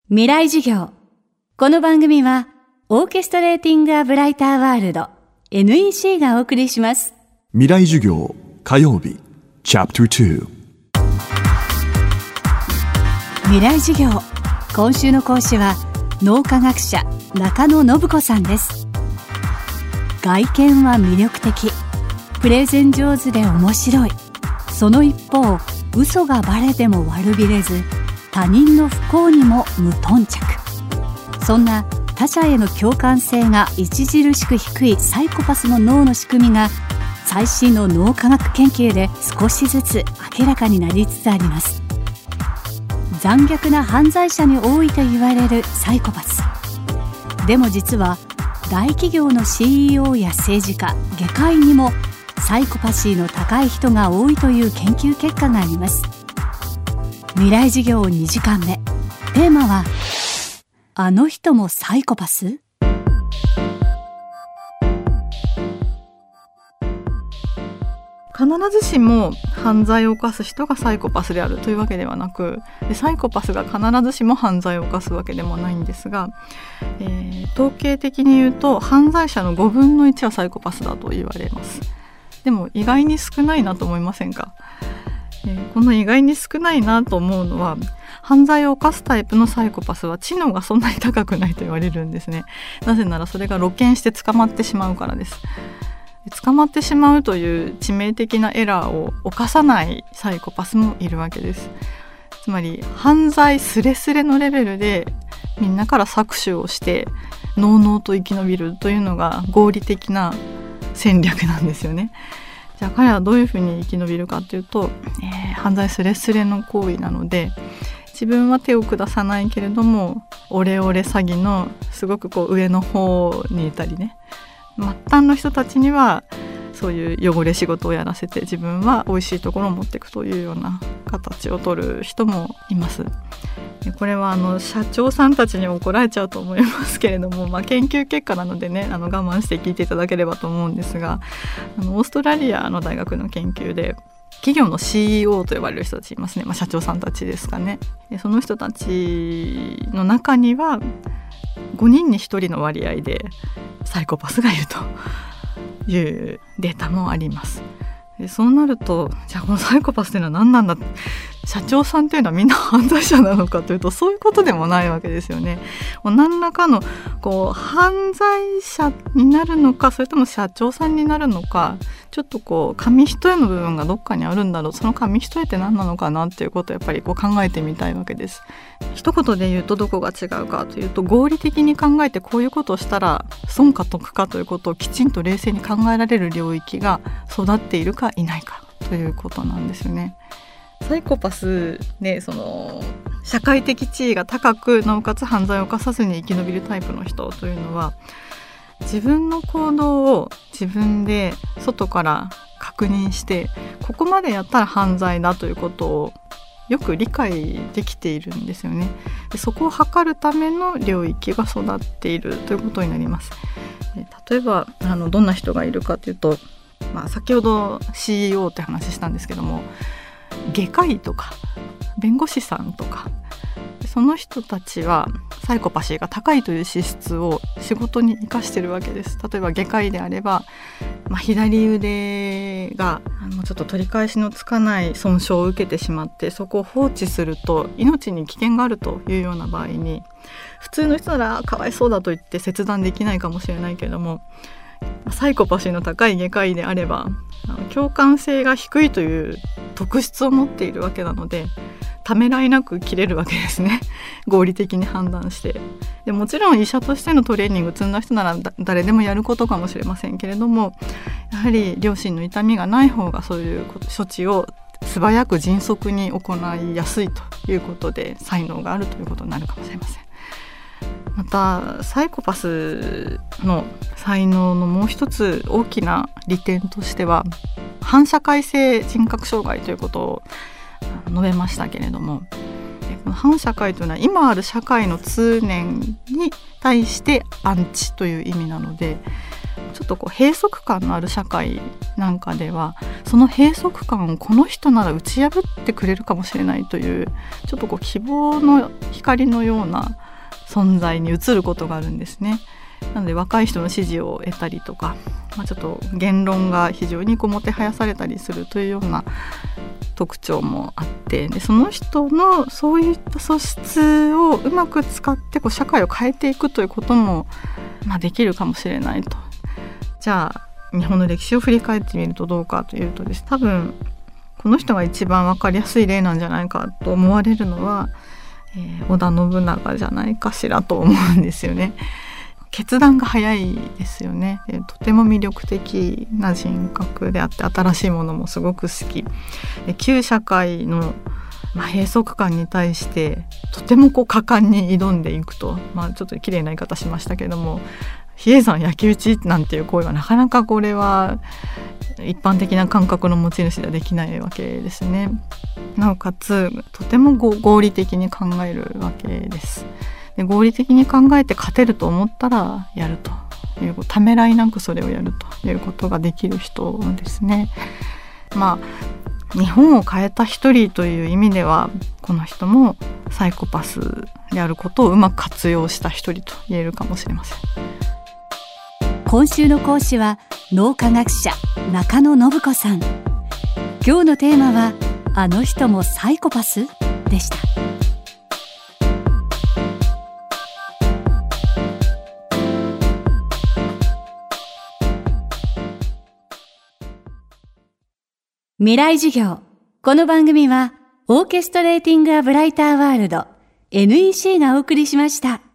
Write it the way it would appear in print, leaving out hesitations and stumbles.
未来授業。この番組はオーケストレーティングアブライターワールド NEC がお送りします。 未来授業火曜日チャプター2。 未来授業、今週の講師は脳科学者中野信子さんです。外見は魅力的、プレゼン上手で面白い。その一方、嘘がバレても悪びれず、他人の不幸にも無頓着。そんな他者への共感性が著しく低いサイコパスの脳の仕組みが、最新の脳科学研究で少しずつ明らかになりつつあります。残虐な犯罪者に多いと言われるサイコパス。でも実は大企業の CEO や政治家、外科医にもサイコパシーの高い人が多いという研究結果があります。未来授業2時間目、テーマはあの人もサイコパス？ 必ずしも犯罪を犯す人がサイコパスであるというわけではなく、サイコパスが必ずしも犯罪を犯すわけでもないんですが、統計的に言うと犯罪者の5分の1はサイコパスだと言われます。でも意外に少ないなと思いませんか？この意外に少ないなと思うのは、犯罪を犯すタイプのサイコパスは知能がそんなに高くないと言われるんですね。なぜならそれが露見して捕まってしまうからです。捕まってしまうという致命的なエラーを犯さないサイコパスもいるわけです。つまり犯罪スレスレのレベルでみんなから搾取をしてのうのうと生き延びるというのが合理的な戦略なんですよね。じゃあ彼はどういうふうに生き延びるかというと、犯罪スレスレの行為なので、自分は手を下さないけれどもオレオレ詐欺のすごく上の方にいたりね、末端の人たちにはそういう汚れ仕事をやらせて、自分は美味しいところを持っていくというような形を取る人もいます。これは社長さんたちに怒られちゃうと思いますけれども、研究結果なのでね、我慢して聞いていただければと思うんですが、オーストラリアの大学の研究で企業の CEO と呼ばれる人たちいますね、社長さんたちですかね。その人たちの中には5人に1人の割合でサイコパスがいるというデータもあります。そうなると、じゃあこのサイコパスというのは何なんだ、社長さんというのはみんな犯罪者なのかというと、そういうことでもないわけですよね。何らかの犯罪者になるのか、それとも社長さんになるのか、ちょっと紙一重の部分がどっかにあるんだろう。その紙一重って何なのかなっていうことをやっぱり考えてみたいわけです。一言で言うとどこが違うかというと、合理的に考えてこういうことをしたら損か得かということをきちんと冷静に考えられる領域が育っているかいないかということなんですよね。サイコパスで社会的地位が高く、なおかつ犯罪を犯さずに生き延びるタイプの人というのは、自分の行動を自分で外から確認して、ここまでやったら犯罪だということをよく理解できているんですよね。でそこを測るための領域が育っているということになります。例えばどんな人がいるかというと、先ほど CEO って話したんですけども、外科医とか弁護士さんとか、その人たちはサイコパシーが高いという資質を仕事に生かしているわけです。例えば外科医であれば、左腕がちょっと取り返しのつかない損傷を受けてしまって、そこを放置すると命に危険があるというような場合に、普通の人ならかわいそうだと言って切断できないかもしれないけれども、サイコパシーの高い外科医であれば共感性が低いという特質を持っているわけなので、ためらいなく切れるわけですね。合理的に判断して。でもちろん医者としてのトレーニング積んだ人なら誰でもやることかもしれませんけれども、やはり両親の痛みがない方がそういう処置を素早く迅速に行いやすいということで、才能があるということになるかもしれません。またサイコパスの才能のもう一つ大きな利点としては、反社会性人格障害ということを述べましたけれども、この反社会というのは今ある社会の通念に対してアンチという意味なので、 ちょっと閉塞感のある社会なんかでは、その閉塞感をこの人なら打ち破ってくれるかもしれないという、ちょっと希望の光のような存在に移ることがあるんですね。なので若い人の支持を得たりとか、ちょっと言論が非常にもてはやされたりするというような特徴もあって、でその人のそういった素質をうまく使って社会を変えていくということも、できるかもしれないと。じゃあ日本の歴史を振り返ってみるとどうかというとです、多分この人が一番分かりやすい例なんじゃないかと思われるのは、織田信長じゃないかしらと思うんですよね。決断が早いですよね。とても魅力的な人格であって、新しいものもすごく好き。旧社会の閉塞感に対してとても果敢に挑んでいくと、ちょっと綺麗な言い方しましたけども、比叡山焼き討ちなんていう行為はなかなかこれは一般的な感覚の持ち主ではできないわけですね。なおかつとても合理的に考えるわけです。で合理的に考えて勝てると思ったらやるという、ためらいなくそれをやるということができる人ですね。日本を変えた一人という意味では、この人もサイコパスであることをうまく活用した一人と言えるかもしれません。 今週の講師は脳科学者中野信子さん。今日のテーマはあの人もサイコパスでした。未来授業。この番組はオーケストレーティング・ア・ブライター・ワールド NEC がお送りしました。